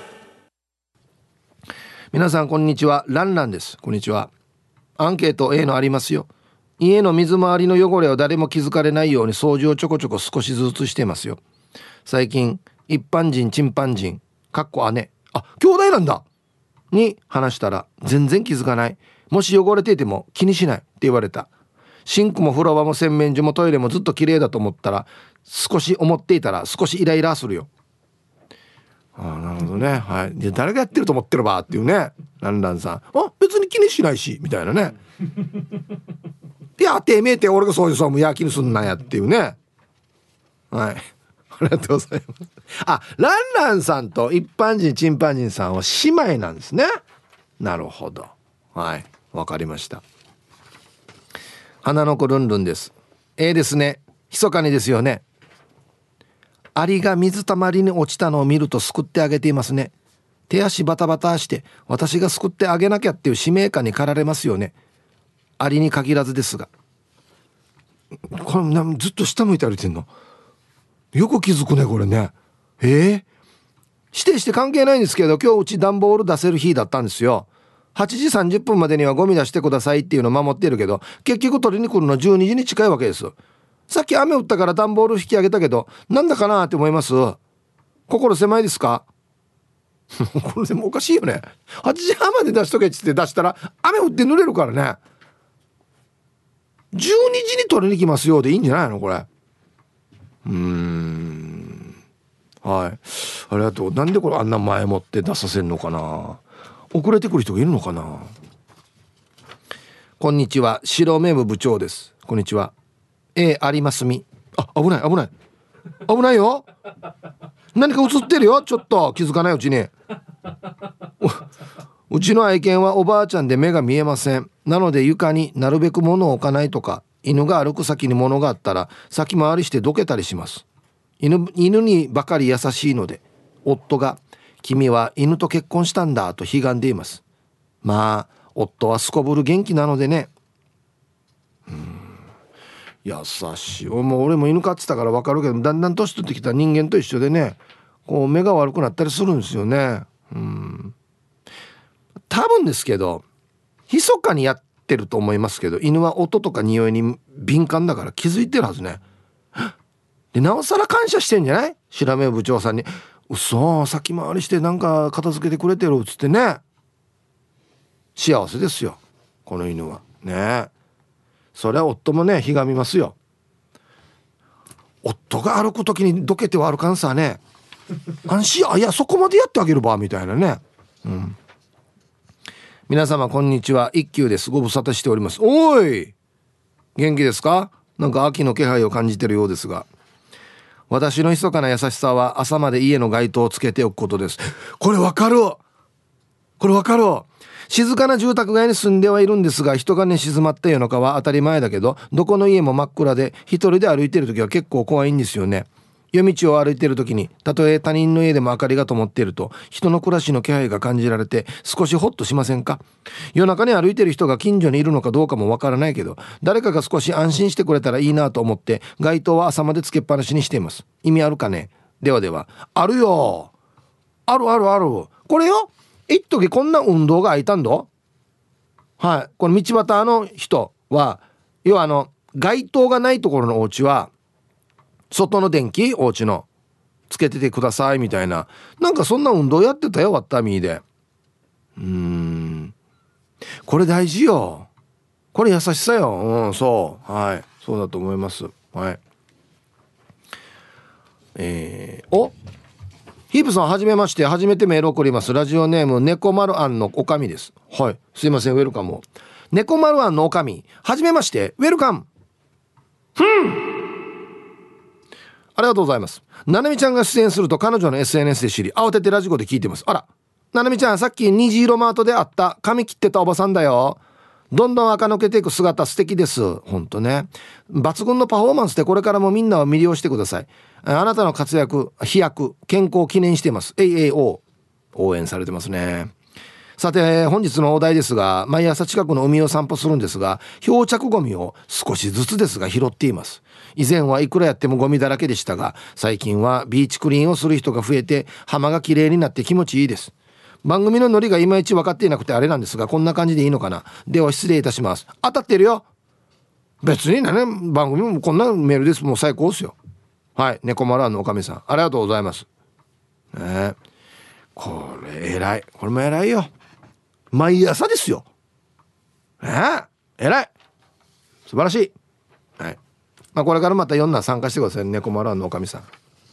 皆さんこんにちは、ランランです。こんにちは。アンケート A のありますよ。家の水回りの汚れを誰も気づかれないように掃除をちょこちょこ少しずつしてますよ。最近一般人チンパンジンかっこ姉、あ兄弟なんだに話したら全然気づかない、もし汚れていても気にしないって言われた。シンクも風呂場も洗面所もトイレもずっと綺麗だと思ったら少し思っていたら少しイライラするよ。ああなるほどね、はい、で誰がやってると思ってるばっていうね。ランランさん、あ別に気にしないしみたいなねいやてめえて俺がそういうそうもや気にすんなやっていうね。はい、ありがとうございます。あ、ランランさんと一般人チンパンジンさんは姉妹なんですね。なるほど、はい、わかりました。花の子ルンルンです。ええですね、密かにですよね。アリが水たまりに落ちたのを見ると救ってあげていますね。手足バタバタして私が救ってあげなきゃっていう使命感に駆られますよね。アリに限らずですが。これなずっと下向いて歩いてんのよく気づくねこれね。えー、指定して関係ないんですけど今日うち段ボール出せる日だったんですよ。はちじさんじゅっぷんまでにはゴミ出してくださいっていうのを守っているけど結局取りに来るのじゅうにじに近いわけです。さっき雨降ったから段ボール引き上げたけどなんだかなって思います。心狭いですかこれでもおかしいよね。はちじはんまで出しとけっつって出したら雨降って濡れるからね。じゅうにじに取りに来ますよでいいんじゃないのこれ。うーん、はい、ありがとう。なんでこれあんな前もって出させるのかな。遅れてくる人がいるのかな。こんにちは、白目部部長です。こんにちは。えー、有馬澄、あ危ない危ない危ないよ何か映ってるよ、ちょっと気づかないうちにうちの愛犬はおばあちゃんで目が見えません。なので床になるべく物を置かないとか、犬が歩く先に物があったら先回りしてどけたりします。 犬, 犬にばかり優しいので夫が君は犬と結婚したんだと悲願でいます。まあ夫はすこぶる元気なのでね。うーん優しい。もう俺も犬飼ってたから分かるけどだんだん年取ってきた人間と一緒でねこう目が悪くなったりするんですよね。うん多分ですけど密かにやってると思いますけど犬は音とか匂いに敏感だから気づいてるはずね。でなおさら感謝してんじゃない。白目部長さんに嘘先回りしてなんか片付けてくれてるっつってね。幸せですよこの犬はね。 それは夫もねひがみますよ。夫が歩く時にどけては歩かんさね安心、あいやそこまでやってあげるばみたいなね。うん、皆様こんにちは、一休です。ご無沙汰しております。おい元気ですか？なんか秋の気配を感じてるようですが、私の密かな優しさは朝まで家の街灯をつけておくことです。これわかる、これわかる。静かな住宅街に住んではいるんですが、人がね静まった夜中は当たり前だけど、どこの家も真っ暗で一人で歩いてる時は結構怖いんですよね。夜道を歩いている時に、たとえ他人の家でも明かりが灯っていると人の暮らしの気配が感じられて少しホッとしませんか？夜中に歩いている人が近所にいるのかどうかもわからないけど、誰かが少し安心してくれたらいいなと思って街灯は朝までつけっぱなしにしています。意味あるかね？ではでは。あるよ、あるあるある。これよ、一時こんな運動が空いたんだ。はい、この道端の人は、要はあの街灯がないところのお家は外の電気お家のつけててくださいみたいな、なんかそんな運動やってたよ、ワッタミーで。うーん、これ大事よ、これ優しさよ。うん、そう、はい、そうだと思います。はい。えー、おヒープさんはじめまして、初めてメール送ります。ラジオネーム猫丸あんのおかみです。はい、すいません、ウェルカム。猫丸あんのおかみ、はじめまして、ウェルカム。ふん、ありがとうございます。ななみちゃんが出演すると彼女の エスエヌエス で知り、慌ててラジコで聞いてます。あら、ななみちゃん、さっき虹色マートで会った髪切ってたおばさんだよ。どんどん垢抜けていく姿素敵です。ほんとね、抜群のパフォーマンスでこれからもみんなを魅了してください。あなたの活躍、飛躍、健康を記念しています。 エーエーオー 応援されてますね。さて本日のお題ですが、毎朝近くの海を散歩するんですが、漂着ゴミを少しずつですが拾っています。以前はいくらやってもゴミだらけでしたが、最近はビーチクリーンをする人が増えて浜がきれいになって気持ちいいです。番組のノリがいまいち分かっていなくてあれなんですが、こんな感じでいいのかな。では失礼いたします。当たってるよ。別にね、番組もこんなメールです。もう最高ですよ。はい、猫丸のおかみさん、ありがとうございます、ね、これ偉い、これも偉いよ。毎朝ですよ、ね、偉い、素晴らしい。はい、まあ、これからまたいろんな参加してください。猫丸のおかみさん、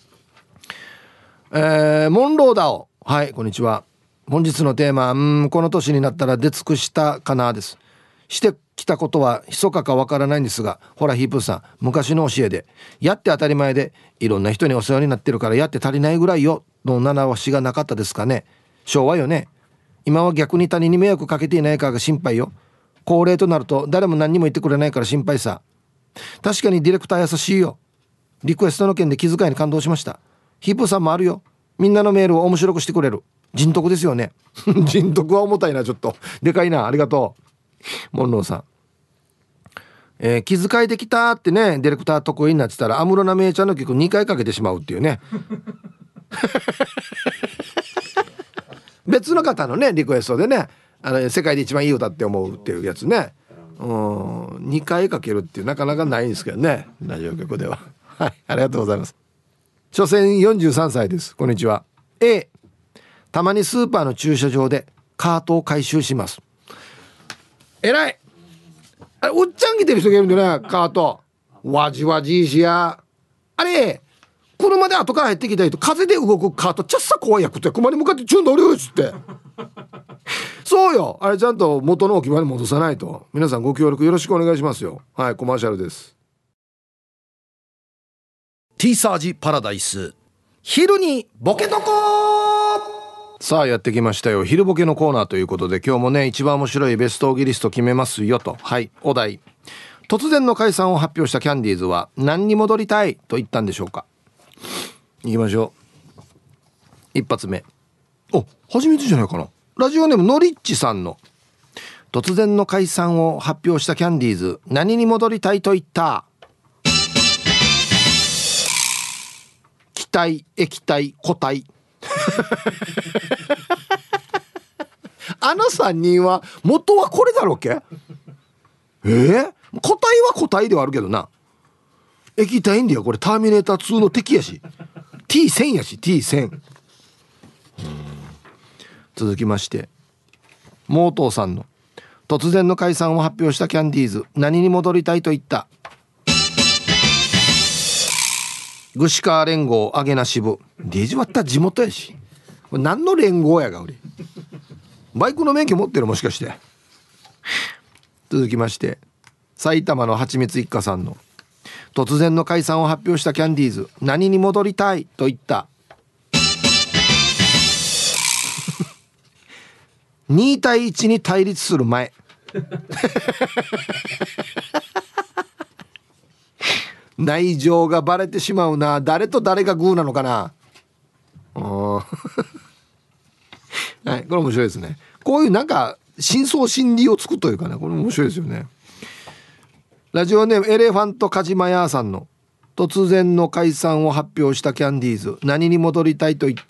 えー、モンローダオ、はい、こんにちは。本日のテーマ、うーんこの年になったら出尽くしたかなです。してきたことは密かかわからないんですが、ほらヒープさん、昔の教えでやって当たり前でいろんな人にお世話になってるからやって足りないぐらいよの七押しがなかったですかね。昭和よね。今は逆に他人に迷惑かけていないかが心配よ。高齢となると誰も何にも言ってくれないから心配さ。確かにディレクター優しいよ。リクエストの件で気遣いに感動しました。ヒープさんもあるよ。みんなのメールを面白くしてくれる。人徳ですよね。人徳は重たいな、ちょっとでかいな。ありがとうモンローさん、えー、気遣いできたってね、ディレクター得意になってたら安室奈美恵ちゃんの曲にかいかけてしまうっていうね別の方のねリクエストでね、あの世界で一番いい歌って思うっていうやつね、うん、にかいかけるっていうなかなかないんですけどね、ラジオ局では。はい、ありがとうございます。所詮よんじゅうさんさいです。こんにちは。 A、 たまにスーパーの駐車場でカートを回収します。えらい、あれおっちゃん来てる人がいるんだよね。カートわじわじいしや、あれ車で後から入ってきた人、風で動くカートちゃっさ怖いやくて熊に向かってチュンと降りるっつってそうよ、あれちゃんと元の置き場に戻さないと。皆さんご協力よろしくお願いしますよ。はい、コマーシャルです。 T サージパラダイス、昼にボケとこ。さあやってきましたよ、昼ボケのコーナーということで、今日もね一番面白いベストオギリスト決めますよと。はい、お題、突然の解散を発表したキャンディーズは何に戻りたいと言ったんでしょうか。いきましょう。一発目、お、初めてじゃないかな。ラジオネームノリッチさんの、突然の解散を発表したキャンディーズ何に戻りたいと言った。気体、液体、固体あのさんにんは元はこれだろうけ。えー、固体は固体ではあるけどな。液体んだよこれ。ターミネーターツーの敵やし ティーテン やし ティーテン。 続きましてモートーさんの、 突然の解散を発表したキャンディーズ、何に戻りたいと言った。グシカー連合アゲナ支部、デジワッタ地元やし、これ何の連合やが俺、バイクの免許持ってるもしかして。続きまして、埼玉のはちみつ一家さんの突然の解散を発表したキャンディーズ、何に戻りたいと言った。に対いちに対立する前内情がバレてしまうな。誰と誰がグーなのかな。はい、これ面白いですね。こういうなんか深層心理をつくというかね、これ面白いですよね。ラジオネームエレファントカジマヤーさんの突然の解散を発表したキャンディーズ、何に戻りたいと言った。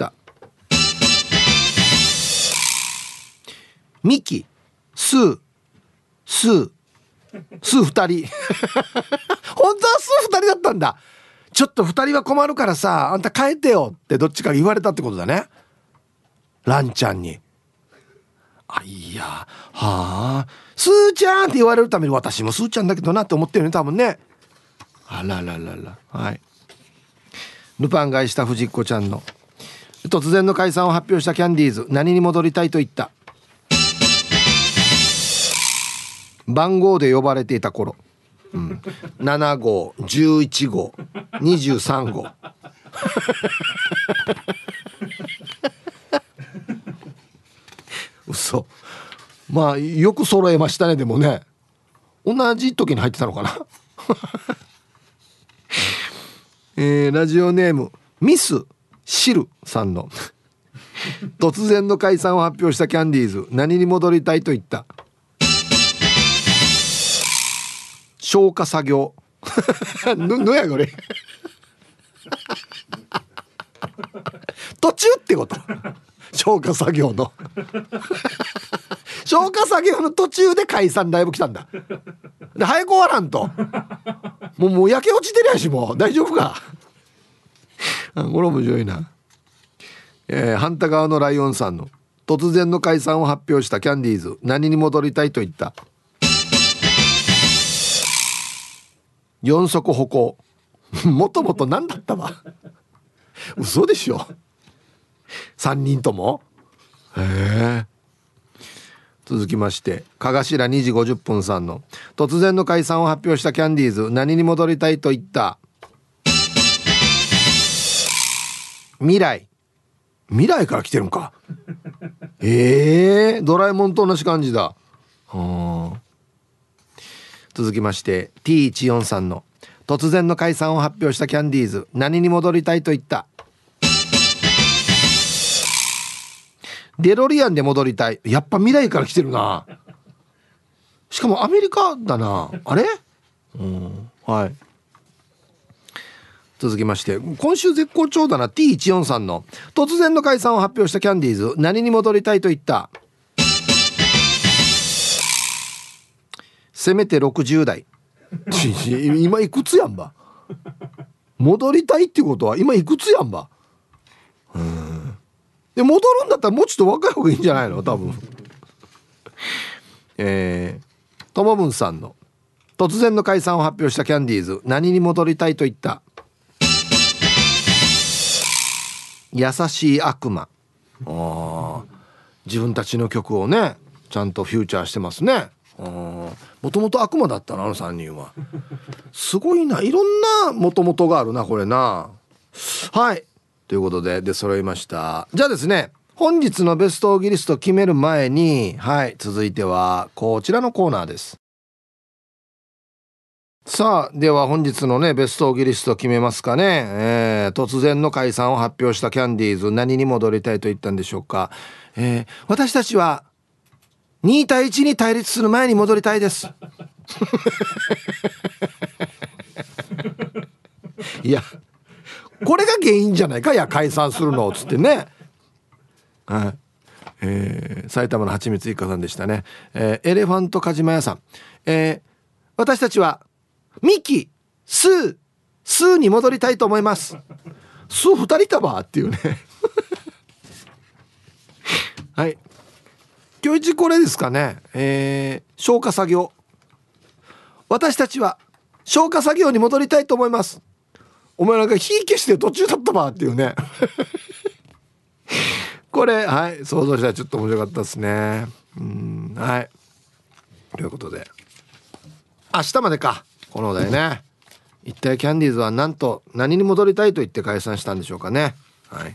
ミキ、スー、スー、スー二人本当はスー二人だったんだ。ちょっと二人は困るからさ、あんた変えてよってどっちか言われたってことだね、ランちゃんに。あ、いや、はあ、スーちゃんって言われるために私もスーちゃんだけどなって思ってるね、多分ね。あらららら。はい。ルパン買いした藤子ちゃんの突然の解散を発表したキャンディーズ、何に戻りたいと言った。番号で呼ばれていた頃、うん、なな号、じゅういち号、にじゅうさん号嘘。まあよく揃えましたね。でもね、同じ時に入ってたのかなえー、ラジオネームミスシルさんの突然の解散を発表したキャンディーズ、何に戻りたいと言った。消火作業ののやこれ途中ってこと。消火作業の消火作業の途中で解散ライブ来たんだ。で早く終わらんと、もうもう焼け落ちてるやし、もう大丈夫かこれ面白いな。えー、反対側のライオンさんの突然の解散を発表したキャンディーズ、何に戻りたいと言った。四足歩行もともと何だったわ嘘でしょ、三人とも。へえ。続きまして、かがしらにじごじゅっぷんさんの突然の解散を発表したキャンディーズ、何に戻りたいと言った。未来。未来から来てるんかえー、ドラえもんと同じ感じだ。はあ。続きまして ティーいちよんさんの突然の解散を発表したキャンディーズ、何に戻りたいと言った。デロリアンで戻りたい。やっぱ未来から来てるな。しかもアメリカだな。あれ、うん、はい。続きまして、今週絶好調だな ティーいちよんさんの突然の解散を発表したキャンディーズ、何に戻りたいと言った。せめてろくじゅう代今いくつやんば。戻りたいってことは今いくつやんば。うーん、で戻るんだったらもうちょっと若い方がいいんじゃないの多分えー、ともぶんさんの突然の解散を発表したキャンディーズ、何に戻りたいと言った。優しい悪魔。あ、自分たちの曲をねちゃんとフューチャーしてますね。もともと悪魔だったな、あのさんにんは。すごいな、いろんなもともとがあるなこれな。はい、ということで出揃いました。じゃあですね、本日のベストオギリスト決める前に、はい、続いてはこちらのコーナーです。さあ、では本日のねベストオギリスト決めますかね。えー、突然の解散を発表したキャンディーズ、何に戻りたいと言ったんでしょうか。えー、私たちはに対いちに対立する前に戻りたいですいやこれが原因じゃないか、いや解散するのつってね。はい、えー、埼玉のはちみつ一家さんでしたね。えー、エレファントカジマヤさん、えー、私たちはミキ、スー、スーに戻りたいと思います。スー二人いたばっていうねはい、 今日一これですかね、えー、消火作業。私たちは消火作業に戻りたいと思います。お前なんか火消して途中だったばっていうねこれはい想像したらちょっと面白かったですね。うんはいということで明日までかこのお題ね。一体キャンディーズは何と何に戻りたいと言って解散したんでしょうかね。はい。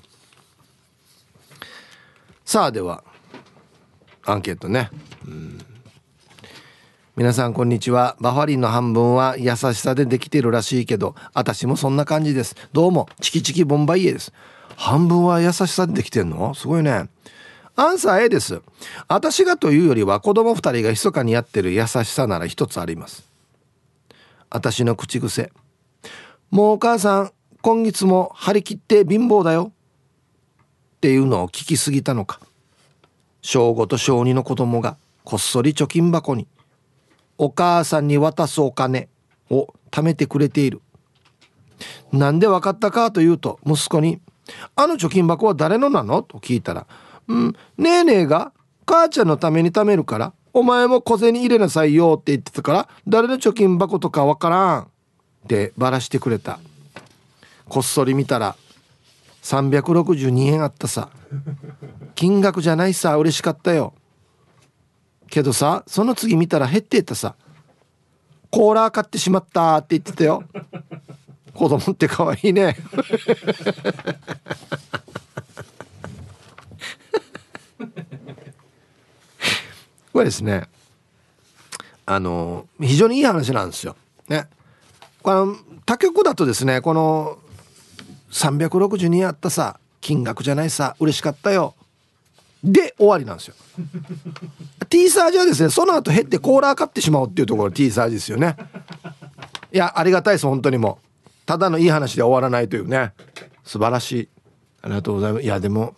さあではアンケートね。うん皆さんこんにちは。バファリンの半分は優しさでできてるらしいけど私もそんな感じです。どうもチキチキボンバイエです。半分は優しさでできてんのすごいね。アンサー A です。私がというよりは子供ふたりが密かにやってる優しさなら一つあります。私の口癖。もうお母さん今月も張り切って貧乏だよっていうのを聞きすぎたのか、小ごと小にの子供がこっそり貯金箱にお母さんに渡すお金を貯めてくれている。なんでわかったかというと、息子にあの貯金箱は誰のなのと聞いたら、うんねえねえが母ちゃんのために貯めるからお前も小銭入れなさいよって言ってたから誰の貯金箱とかわからんってバラしてくれた。こっそり見たらさんびゃくろくじゅうにえんあったさ。金額じゃないさ。嬉しかったよ。けどさその次見たら減っていったさ。コーラー買ってしまったって言ってたよ。子供って可愛いねこれですね、あの非常にいい話なんですよね。この他局だとですね、このさんびゃくろくじゅうにえんあったさ、金額じゃないさ、嬉しかったよで終わりなんですよT サージはですね、その後減ってコーラー買ってしまうっていうところ T サージですよね。いやありがたいです。本当にもうただのいい話で終わらないというね、素晴らしい。ありがとうございます。いやでも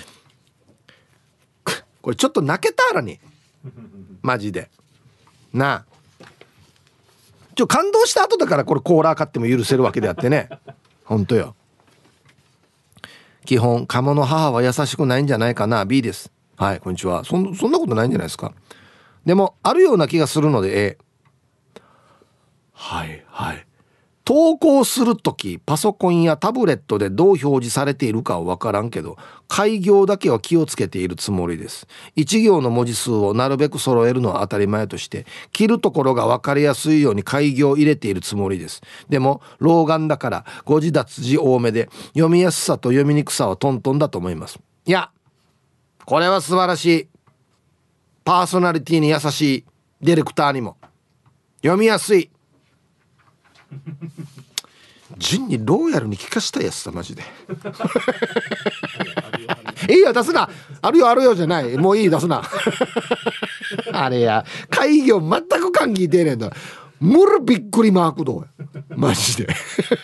これちょっと泣けたらにマジでなあ、ちょ感動した後だからこれコーラー買っても許せるわけであってね、本当よ。基本カモの母は優しくないんじゃないかな。 B です。はいこんにちは。そん、そんなことないんじゃないですか。でもあるような気がするので A。 はいはい投稿するときパソコンやタブレットでどう表示されているかは分からんけど開業だけは気をつけているつもりです。一行の文字数をなるべく揃えるのは当たり前として切るところが分かりやすいように開業を入れているつもりです。でも老眼だから誤字脱字多めで読みやすさと読みにくさはトントンだと思います。いやこれは素晴らしい。パーソナリティに優しいディレクターにも読みやすい順にローヤルに聞かしたやつだマジでいいよ出すな、あるよあるよじゃない、もういい出すなあれや会議を全く関係出ねえんだ。むるびっくりマークどうやマジで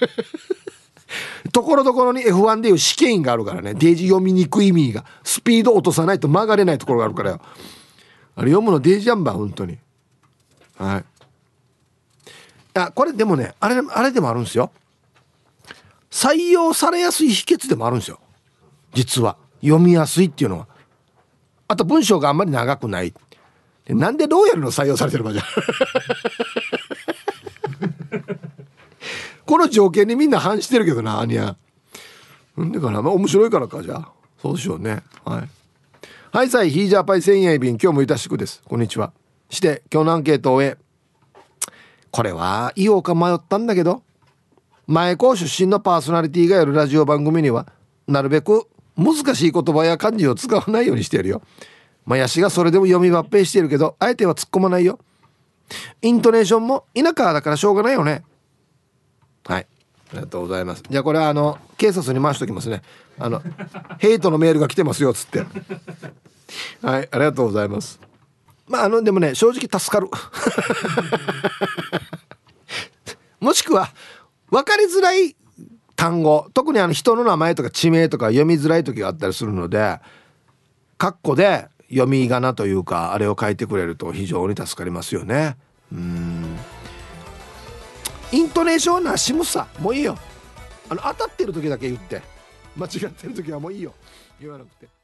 ところどころに エフワン でいう試験員があるからね、デージ読みにくい意味がスピード落とさないと曲がれないところがあるからよ。あれ読むのデージやんば本当に。はい、いやこれでもねあれあれでもあるんですよ。採用されやすい秘訣でもあるんですよ実は。読みやすいっていうのは。あと文章があんまり長くない。でなんでローヤルの採用されてるかじゃこの条件にみんな反してるけどな。アニャなんでかな、まあ、面白いからか。じゃあそうしようね。はいはいさいヒージャーパイせんえん便今日もいたしくです。こんにちは。して今日のアンケートを終え、これは言おうか迷ったんだけど前校出身のパーソナリティがやるラジオ番組にはなるべく難しい言葉や漢字を使わないようにしてるよ。まやしがそれでも読み抜兵してるけどあえては突っ込まないよ。イントネーションも田舎だからしょうがないよね。はいありがとうございます。じゃあこれはあの警察に回しときますね。あのヘイトのメールが来てますよっつってはいありがとうございます。まああのでもね正直助かるもしくは分かりづらい単語、特にあの人の名前とか地名とか読みづらい時があったりするのでカッコで読み仮名というかあれを書いてくれると非常に助かりますよね。うーんイントネーションはなしむさもういいよ。あの当たってる時だけ言って間違ってる時はもういいよ言わなくて。